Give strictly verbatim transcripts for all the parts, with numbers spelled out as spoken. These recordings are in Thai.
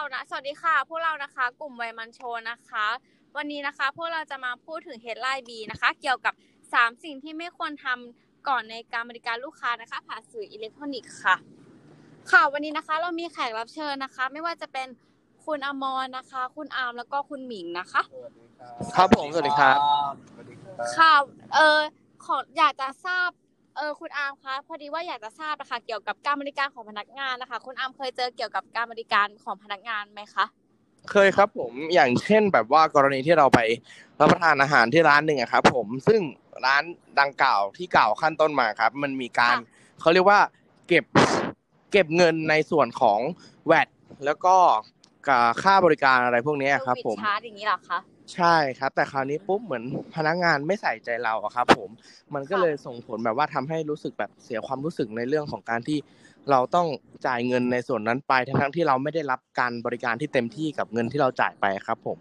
นะสวัสดีค่ะพวกเรานะคะกลุ่มวัยมันโชนะคะวันนี้นะคะพวกเราจะมาพูดถึง Headline B นะคะเกี่ยวกับสามสิ่งที่ไม่ควรทำก่อนในการบริการลูกค้านะคะผ่านสื่ออิเล็กทรอนิกส์ค่ะค่ะวันนี้นะคะเรามีแขกรับเชิญนะคะไม่ว่าจะเป็นคุณอมรนะคะคุณอาร์มแล้วก็คุณหมิงนะคะสวัสดีครับครับผมสวัสดีครับสวัสดีครับค่ะเออขออยากจะทราบเออคุณอาร์มคะพอดีว่าอยากจะทราบนะคะเกี่ยวกับการบริการของพนักงานนะคะคุณอาร์มเคยเจอเกี่ยวกับการบริการของพนักงานไหมคะเคยครับผมอย่างเช่นแบบว่ากรณีที่เราไปรับประทานอาหารที่ร้านหนึ่งอะครับผมซึ่งร้านดังกล่าวที่กล่าวขั้นต้นมาครับมันมีการเขาเรียกว่าเก็บเก็บเงินในส่วนของ แวต แล้วก็ค่าบริการอะไรพวกนี้ครับผมชาร์จอย่างนี้เหรอคะใช่ครับแต่คราวนี้ปุ๊บเหมือนพนักงานไม่ใส่ใจเราอะครับผมมันก็เลยส่งผลแบบว่าทำให้รู้สึกแบบเสียความรู้สึกในเรื่องของการที่เราต้องจ่ายเงินในส่วนนั้นไปทั้งๆที่เราไม่ได้รับการบริการที่เต็มที่กับเงินที่เราจ่ายไปครับผม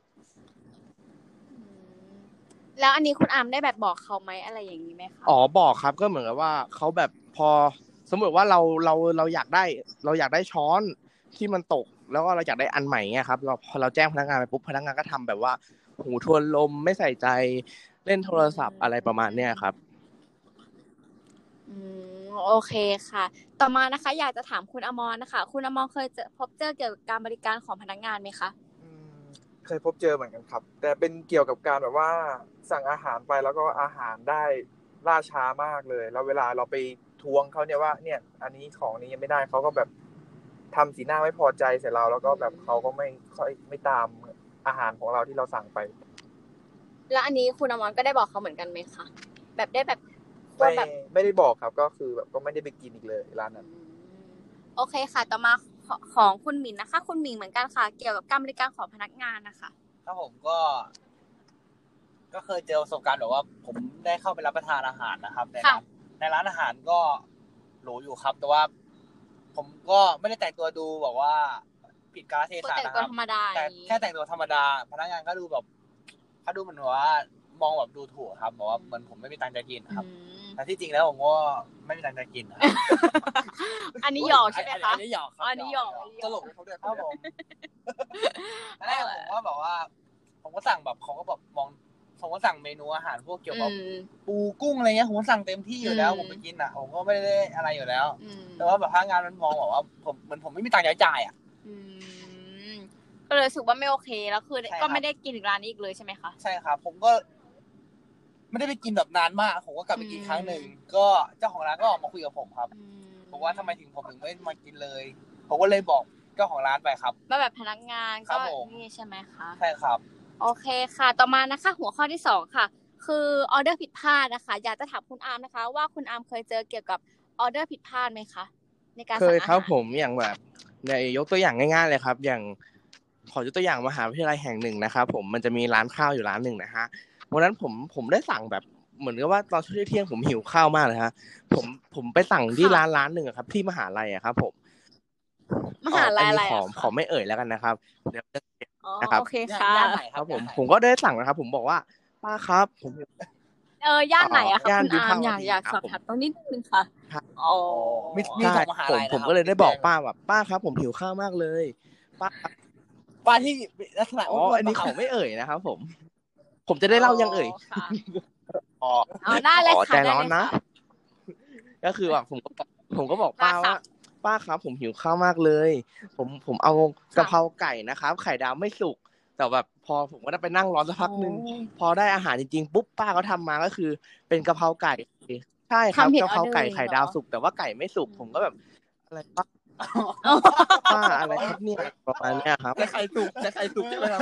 แล้วอันนี้คุณอาร์มได้แบบบอกเขาไหมอะไรอย่างนี้ไหมคะอ๋อบอกครับก็เหมือนกับว่าเขาแบบพอสมมติว่าเราเราเราอยากได้เราอยากได้ช้อนที่มันตกแล้วก็เราอยากได้อันใหม่เงี้ยครับเราพอเราแจ้งพนักงานไปปุ๊บพนักงานก็ทำแบบว่าหูทวนลมไม่ใส่ใจเล่นโทรศัพท์อะไรประมาณเนี้ยครับอืมโอเคค่ะต่อมานะคะอยากจะถามคุณอมรนะคะคุณอมรเคยเจอพบเจอเกี่ยวกับการบริการของพนักงานไหมคะอืมเคยพบเจอเหมือนกันครับแต่เป็นเกี่ยวกับการแบบว่าสั่งอาหารไปแล้วก็อาหารได้ล่าช้ามากเลยแล้วเวลาเราไปทวงเขาเนี่ยว่าเนี่ยอันนี้ของนี้ยังไม่ได้เขาก็แบบทำสีหน้าไม่พอใจใส่เราแล้วก็แบบเขาก็ไม่ค่อยไม่ตามอาหารของเราที่เราสั่งไปแล้วอันนี้คุณอมรก็ได้บอกเขาเหมือนกันไหมคะแบบได้แบบไม่ไม่ได้บอกครับก็คือแบบก็ไม่ได้ไปกินอีกเลยร้านนั้นโอเคค่ะต่อมาของคุณหมิงนะคะคุณหมิงเหมือนกันค่ะเกี่ยวกับการบริการของพนักงานนะคะครับผมก็ก็เคยเจอประสบการณ์แบบว่าผมได้เข้าไปรับประทานอาหารนะครับในร้านในร้านอาหารก็หรูอยู่ครับแต่ว่าผมก็ไม่ได้แต่งตัวดูแบบว่าผิดกาลเทศะนะครับแต่แค่แต่งตัวธรรมดาพนักงานก็ดูแบบเขาดูเหมือนว่ามองแบบดูถูกครับบอกว่าเหมือนผมไม่มีตังค์จะกินครับแต่ที่จริงแล้วผมก็ไม่มีตังค์จะกินครับอันนี้หยอกใช่ไหมคะอันนี้หยอกครับอันนี้หยอกตลกเขาด้วยครับผมตอนแรกผมก็แบบว่าผมก็สั่งแบบเขาก็แบบมองผมก็สั่งเมนูอาหารพวกเกี่ยวกับปูกุ้งอะไรเงี้ยผมสั่งเต็มที่อยู่แล้วผมไปกินอ่ะผมก็ไม่ได้อะไรอยู่แล้วแต่ว่าแบบพนักงานมันมองแบบว่าผมเหมือนผมไม่มีตังค์จ่ายอ่ะก็เลยรู้สึกว่าไม่โอเคแล้วคือก็ไม่ได้กินอีกร้านนี้อีกเลยใช่ไหมคะใช่ครับผมก็ไม่ได้ไปกินแบบนานมากผมก็กลับไปกินครั้งนึงก็เจ้าของร้านก็ออกมาคุยกับผมครับบอกว่าทำไมถึงผมถึงไม่มากินเลยผมก็เลยบอกเจ้าของร้านไปครับว่าแบบพนักงานก็นี่ใช่ไหมคะใช่ครับโอเคค่ะต่อมานะคะหัวข้อที่สองค่ะคือออเดอร์ผิดพลาดนะคะอยากจะถามคุณอาร์มนะคะว่าคุณอาร์มเคยเจอเกี่ยวกับออเดอร์ผิดพลาดไหมคะในการสั่งอาหารเคยครับผมอย่างแบบในยกตัวอย่างง่ายๆเลยครับอย่างขอยกตัวอย่างมหาวิทยาลัยแห่งหนึ่งนะครับผมมันจะมีร้านข้าวอยู่ร้านหนึ่งนะฮะวันนั้นผมผมได้สั่งแบบเหมือนกับว่าตอนช่วงเที่ยงผมหิวข้าวมากเลยฮะผมผมไปสั่งที่ร้านร้านหนึ่งครับที่มหาลัยอะครับผมมหาลัยอะไรขอขอไม่เอ่ยแล้วกันนะครับเดี๋ยวนะครับโอเคค่ะครับผมผมก็ได้สั่งนะครับผมบอกว่าป้าครับผมเออย่านไหนอะคะคุณอาร์มอยากอยากสอบถามตรงนิดนึงค่ะอ๋อมีมีสองมหาลัยผมก็เลยได้บอกป้าแบบป้าครับผมหิวข้าวมากเลยป้าป้าที่ลักษณะอ๋ออันนี้ขอไม่เอ่ยนะครับผมผมจะได้เล่ายังเอ่ยอ๋อเอาได้เลยค่ะใจร้อนนะก็คือแบบผมผมก็บอกป้าว่าป้าครับผมหิวข้าวมากเลยผมผมเอากะเพราไก่นะครับไข่ดาวไม่สุกแต่แบบพอผมก็ได้ไปนั่งรอสักพักนึงพอได้อาหารจริงๆปุ๊บป้าเขาทำมาก็คือเป็นกะเพราไก่ใช่ครับกะเพราไก่ไข่ดาวสุกแต่ว่าไก่ไม่สุกผมก็แบบอะไรป้าป้าอะไรครับเนี่ยประมาณนี้ครับจะไข่สุกจะไข่สุกใช่ไหมครับ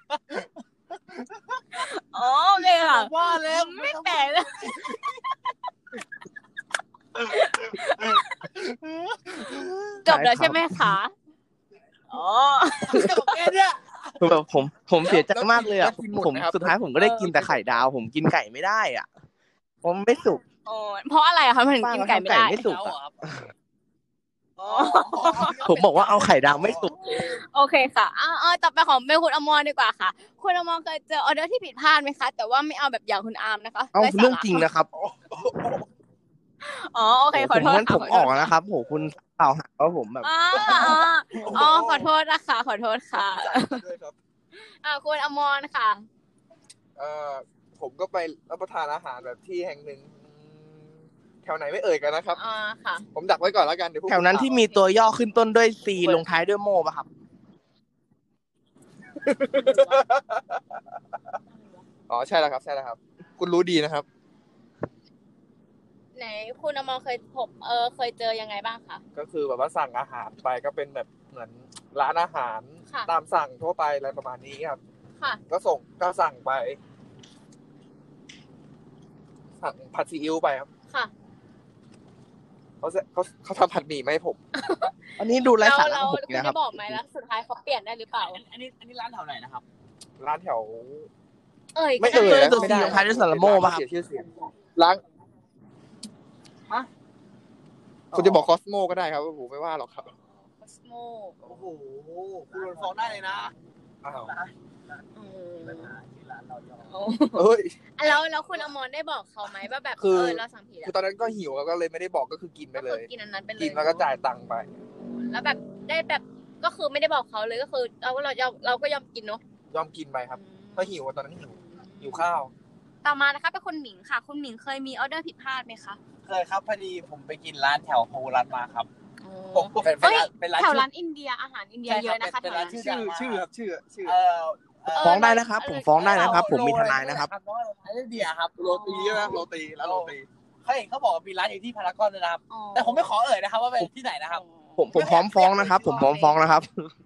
อ๋อโอเคค่ะว่าแล้วไม่แปลกเลยจบแล้วใช่ไหมคะอ๋อจบแค่เนี้ยคือแบบผมผมเสียใจมากเลยอ่ะผมสุดท้ายผมก็ได้กินแต่ไข่ดาวผมกินไก่ไม่ได้อ่ะผมไม่สุกอ๋อเพราะอะไรคะมันถึงกินไก่ไม่ได้ไม่สุกอ่ะผมบอกว่าเอาไข่ดาวไม่สุกโอเคค่ะอ่าเออต่อไปของเป็นคุณอมรดีกว่าค่ะคุณอมรเคยเจอออเดอร์ที่ผิดพลาดไหมคะแต่ว่าไม่เอาแบบอย่างคุณอาร์มนะคะเอาเรื่องจริงนะครับอ๋อโอเคขอโทษงั้นค่ะผมออกแล้วนะครับโหคุณกล่าวหาว่าผมแบบอ๋ออ๋ออ๋อขอโทษนะคะขอโทษค่ะด้วยครับอ่าคุณอมรค่ะเอ่อผมก็ไปรับประทานอาหารแบบที่แห่งหนึ่งแถวไหนไม่เอ่ยกันนะครับอ่าค่ะผมดักไว้ก่อนแล้วกันเดี๋ยวพวกแถวนั้นคุณที่มีตัวย่อขึ้นต้นด้วยซีลงท้ายด้วยโมป่ะครับอ๋อใช่แล้วครับใช่แล้วครับ คุณรู้ดีนะครับไหนคุณอมรเคยพบเออเคยเจอยังไงบ้างคะก็คือแบบว่าสั่งอาหารไปก็เป็นแบบเหมือนร้านอาหารค่ะตามสั่งทั่วไปอะไรประมาณนี้ครับค่ะก็ส่งก็สั่งไป สั่งผัดซีอิ๊วไปครับค่ะเขาจะเขาเขาทำผัดหมี่มาให้ผมอันนี้ดูไร้เราสาระเราของผมคุณนะคได้รับบอกไหมแล้วสุดท้ายเขาเปลี่ยนได้หรือเปล่าอันนี้อันนี้ร้านแถวไหนนะครับร้านแถวเอ่ยไม่ก็เอ่ยด้นะไม่ได้ลงท้ายด้วยสระโม่ป่ะครับเสียชื่อเสียงร้านฮะคุณจะบอกคอสโมก็ได้ครับผมไม่ว่าหรอกครับคอสโมโอ้โหคุณโดนฟ้องได้เลยนะอ้าวอืมที่ร้านเรายอมโอ้เอ้ยแล้วแล้วคุณอมรได้บอกเขาไหมว่าแบบคือเออเราสั่งผิดคืออะตอนนั้นก็หิวก็เลยไม่ได้บอกก็คือกินไปก็เลคือย กินอันนั้นไปเลยกินแล้วก็จ่ายตังค์ไปแล้วแบบได้แบบก็คือไม่ได้บอกเขาเลยก็คือเราก็เราเราเราก็ยอมกินเนาะยอมกินไปครับอืมเพราะหิวตอนนั้นหิวหิวข้าวต่อมานะคะเป็นคุณหมิงค่ะ คุณหมิงเคยมีออเดอร์ผิดพลาดไหมคะเคยครับพอดีผมไปกินร้านแถวโฮรันมาครับผมผมเป็นเป็นเอ้ยร้านเป็นร้านแถวชื่อร้านอินเดียอาหารอินเดียเยอะนะคะเป็นแถวร้านั้น นชื่ชื่อชื่อครับชื่อชื่อเออเอ่อฟ้องได้นะครับ ผมฟ้องได้นะครับ ผมมีทนายนะครับร้านอินเดียครับโรตีใช่ไหมโรตีแล้วโรตีเขาเห็นเขาบอกว่ามีร้านอยู่ที่พารากอนด้วยนะครับอ๋อแต่ผมไม่ขอเอ่ยนะครับว่าเป็นที่ไหนนะครับผมผมพร้อมฟ้องนะครับ ผมพร้อมฟ้องนะครับ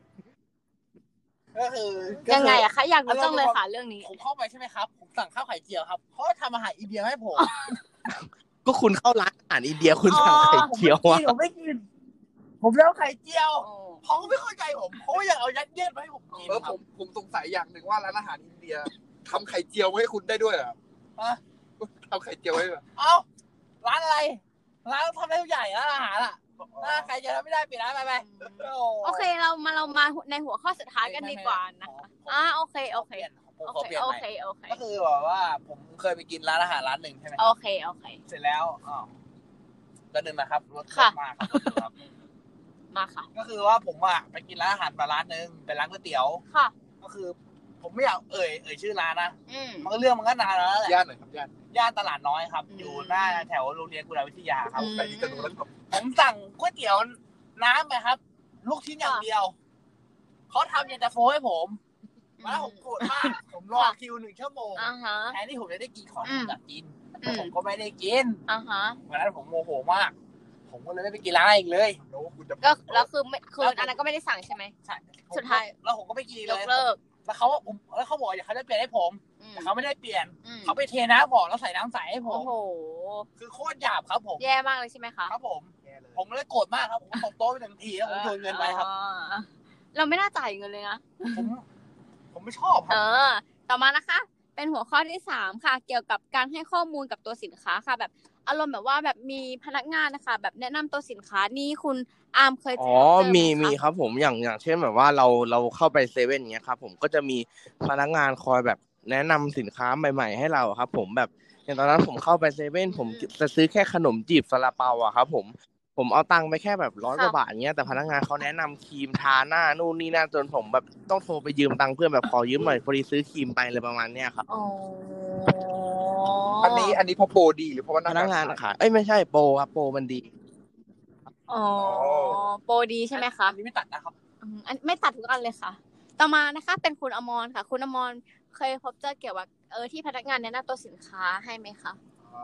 ก็คือยังไงอะคะอยากรู้จังเลยค่ะเรื่องนี้ผมเข้าไปใช่ไหมครับ ผมสั่งข้าวไข่เจียวครับเขาทำอาหารอินเดียให้ผมก็คุณเข้าร้านอาหารอินเดียคุณสั่งไข่เจียวผมอะไม่กินผมไม่กิน ผมจะเอาไข่เจียวอ๋อเขาก็ไม่เข้าใจผมเขาอยากเอายัดเยียดมาให้ผมกินเออคผรับมผมสงสัยอย่างหนึ่งว่าร้านอาหารอินเดียทำไข่เจียวไว้ให้คุณได้ด้วยเหรอฮะทำไข่เจียวไว้เหรอเอ้าร้านอะไร ร้านทำได้ทุกอย่างร้านอาหารอ่ะร้านไข่เจียวทำไม่ได้ปิดร้านไปไปโอเคเรามาเรามาในหัวข้อสุดท้ายกันดีกว่านะคะอ่าโอเคโอเคผมโอขอเคเปลี่ยนโอใหม่เคโอเคก็คือแบบว่าผมเคยไปกินร้านอาหารร้านหนึ่งใช่ไหมโอเคโอเคเสร็จแล้วอ๋อร้านหนึ่งนะครับรถค่ะมาครับมาค่ะก็คือว่าผมอ่ะไปกินร้านอาหารมาร้านหนึ่งเป็นร้านก๋วยเตี๋ยวค่ะก็คือ ผมไม่อยากเอ่ยเอ่ยชื่อร้านนะอืมมันก็เรื่องมันก็นานแล้วแหละย่านหน่อยครับย่านย่านตลาดน้อยครับอืมอยู่หน้าแถวโรงเรียนกุลาวิทยาครับอืมแต่นี่จะรู้แล้วครับผมสั่งก๋วยเตี๋ยวน้ำไปครับ ลูกชิ้นอย่างเดียวเขาทำเย็นตาโฟให้ผมแล้วผมโกรธมากผมรอคิวหนึ่งชั่วโมงอ่าฮะแทนที่ผมจะได้กินของอืที่มอยากกินอืแต่มผมก็ไม่ได้กินอ่าฮะวันนั้นผมโมโหมาก ผมก็เลยไม่ไปกินร้านอีกเลยแล้วว่าคุณจะก็แล้วคือไม่คืออันนั้นก็ไม่ได้สั่งใช่ไหมใช่ผมสุดท้ายแล้วผมก็ไม่กินอีกยเลกยเลิกแล้วเขาผมแล้วเขาบอกอยากเขาจะเปลี่ยนให้ผมอืมแต่เขาไม่ได้เปลี่ยนอืมเขาไปเทน้ำบอกแล้วใส่น้ำใสให้ผโอ้มโหคือโคตรหยาบครับผมแย่มากเลยใช่ไหมคะครับผมแย่เลยผมเลยโกรธมากครับผมตบโต๊ะไปหนึ่งทีแล้วผมโยนเงินไปครับอ๋อเราไม่น่าจ่ายเงินเลยนะผมผมไม่ชอบคเอรับอ ต่อมานะคะ เป็นหัวข้อที่สามค่ะ เกี่ยวกับการให้ข้อมูลกับตัวสินค้าค่ะ แบบอารมณ์แบบว่าแบบมีพนักงานนะคะ แบบแนะนำตัวสินค้านี่คุณอาร์มเคยเจอ๋ออเจอไหมีคะมีครับผม อย่าง อย่างเช่นแบบว่าเรา เราเข้าไปเซเว่นอย่างเงี้ยครับผม ก็จะมีพนักงานคอยแบบแนะนำสินค้าใหม่ ๆ ให้เราครับผม แบบอย่างตอนนั้นผมเข้าไปเซเว่นผมจะซื้อแค่ขนมจีบซาลาเปาอะครับผม ผมเอาตังค์ไปแค่แบบร้อยกว่าบาทเงี้ย แต่พนักงานเขาแนะนำครีมทาหน้านู่นนี่นั่นจนผมแบบต้องโทรไปยืมตังค์เพื่อนแบบขอยืมหน่อยพอดีซื้อครีมไปเลยประมาณเนี้ยครับอ๋ออันนี้อันนี้เพราะโปรดีหรือเพราะว่าพนักงานขายเอ้ยไม่ใช่โปรครับโปรมันดีอ๋อ โปรดีใช่ไหมคะอันนี้ไม่ตัดนะครับอืมอันไม่ตัดทุกอันเลยค่ะ ต่อมานะคะ เป็นคุณอมรค่ะ คุณอมรเคยพบเจอเกี่ยวกับเออที่พนักงานแนะนำตัวสินค้าให้ไหมคะ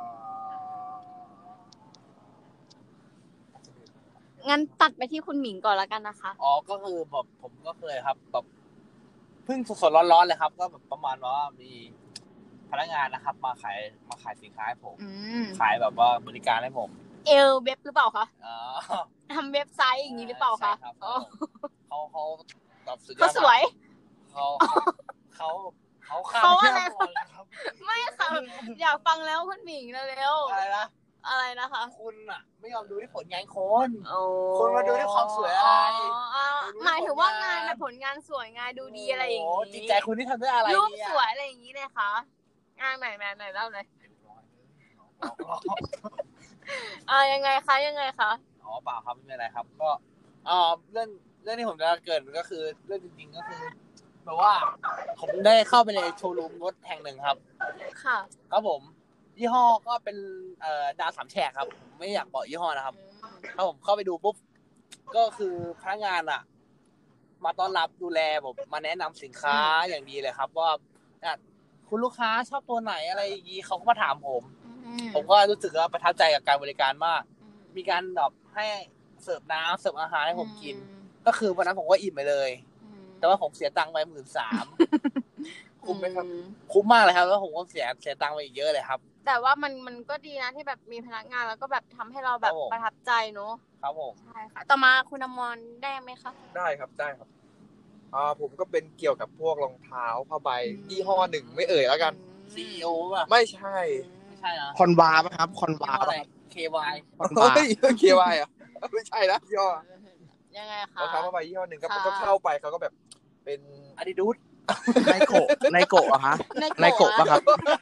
งั้นตัดไปที่คุณหมิงก่อนแล้วกันนะคะอ๋อ ก็คือแบบผมก็เคยครับแบบเพิ่งสดๆร้อนๆเลยครับ ก็แบบประมาณว่ามีพนักงานนะครับ มาขายมาขายสินค้าให้ผมอืมขายแบบว่าบริการให้ผมเอลเว็บหรือเปล่าคะอ๋อทำเว็บไซต์อย่างนี้หรือเปล่าคะใช่รับอ๋อเขาเขาตอบสุดยอเขาดสวยเขาเขาเขาข้ามเขาอะไรชื่หมดเลยครับไม่ค่ะ อยากฟังแล้วคุณหมิงเร็วอะไรนะๆอะไรนะคะคุณอ่ะ ไม่ยอมดูที่ผลงานคนโอ้คุณมาดูที่ความสวยอะไรอ๋อหมายถึงว่างานแบบผลงานสวยงานดูดีอะไรอย่างโอ้นี้จิตใจคุณที่ทำด้วยอะไรรูปเนี่ยสวยอะไรอย่างนี้เลยคะงานไหนไหนไหนเล่าเลยอ่ายังไงคะยังไงคะอ๋อเปล่าครับไม่มีอะไรครับ ก็อ๋อเรื่องเรื่องที่ผมจะเกิดก็คือเรื่องจริงๆก็คือแบบว่าผมได้เข้าไปในโชว์รูมรถแห่งหนึ่งครับค่ะครับผมยี่ห้อก็เป็นเอ่อดาวสามแฉกครับผมไม่อยากบอกยี่ห้อนะครับถ้าผมเข้าไปดูปุ๊บก็คือพนักงานอะมาต้อนรับดูแลผมมาแนะนำสินค้าอย่างดีเลยครับว่าคุณลูกค้าชอบตัวไหนอะไรอย่างนี้เขาก็มาถามผมผมก็รู้สึกว่าประทับใจกับการบริการมากมีการแบบให้เสิร์ฟน้ำเสิร์ฟอาหารให้ผมกินก็คือวันนั้นผมก็อิ่มไปเลยแต่ว่าผมเสียตังค์ไปหมื่นสามคุ้มไหมครับคุ้มมากเลยครับแล้วผมก็เสียเสียตังค์ไปอีกเยอะเลยครับแต่ว่ามันมันก็ดีนะที่แบบมีพนักงานแล้วก็แบบทำให้เราแบบประทับใจเนอะครับผมใช่ค่ะต่อมาคุณอมรได้ไหมคะได้ครับได้ครับอ่าผมก็เป็นเกี่ยวกับพวกรองเท้าผ้าใบยี่ห้อหนึ่งไม่เอ่ยแล้วกันซี อี โอ ป่ะไม่ใช่ไม่ใช่นะคอนวาป่ะครับคอนวาอะไร เค วายคอนวาเฮ้ย เค วาย อ่ะไม่ใช่นะยี่ห้อยังไงคะรองเท้าผ้าใบยี่ห้อหนึ่งก็ก็เข้าไปเขาก็แบบเป็น Adidas ไนโกะไนโกะอะฮะไนโกะป่ะครับ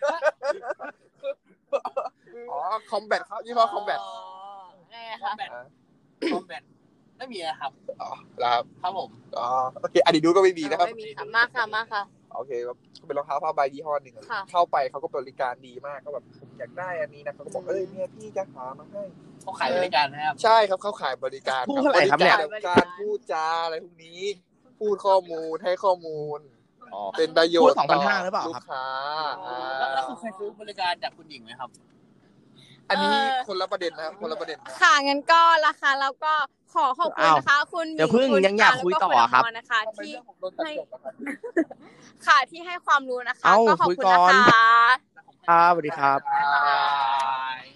อ๋อคอมแบทครับยี่ห้อคอมแบทไงคะคอมแบทไม่มีนะครับอ๋อครับครับผมอ๋อโอเคอันนี้ดูก็ไม่มีนะครับไม่มีค่ะมากค่ะมากค่ะโอเคครับเป็นรองเท้าผ้าใบยี่ห้อหนึ่งเข้าไปเขาก็บริการดีมากก็แบบผมอยากได้อันนี้นะเขาก็บอกเอ้ยเนี่ยพี่จะหามาให้เขาขายบริการนะครับใช่ครับเขาขายบริการพูดอะไรครับเนี่ยการพูดจาอะไรพวกนี้พูดข้อมูลให้ข้อมูลเป็นประโยชน์สองพันห้าหรือเปล่าลูกค้าแล้วคุณเคยซื้อบริการจากคุณหญิงไหมครับอันนี้คนละประเด็นนะครับคนละประเด็นค่ะงั้นก็ราคาแล้วก็ขอขอบคุณนะคะคุณเดี๋ยวพึ่งยังอยากคุยต่อครับนะคะที่ให้ค่ะที่ให้ความรู้นะคะก็ขอบคุณนะคะครับสวัสดีครับ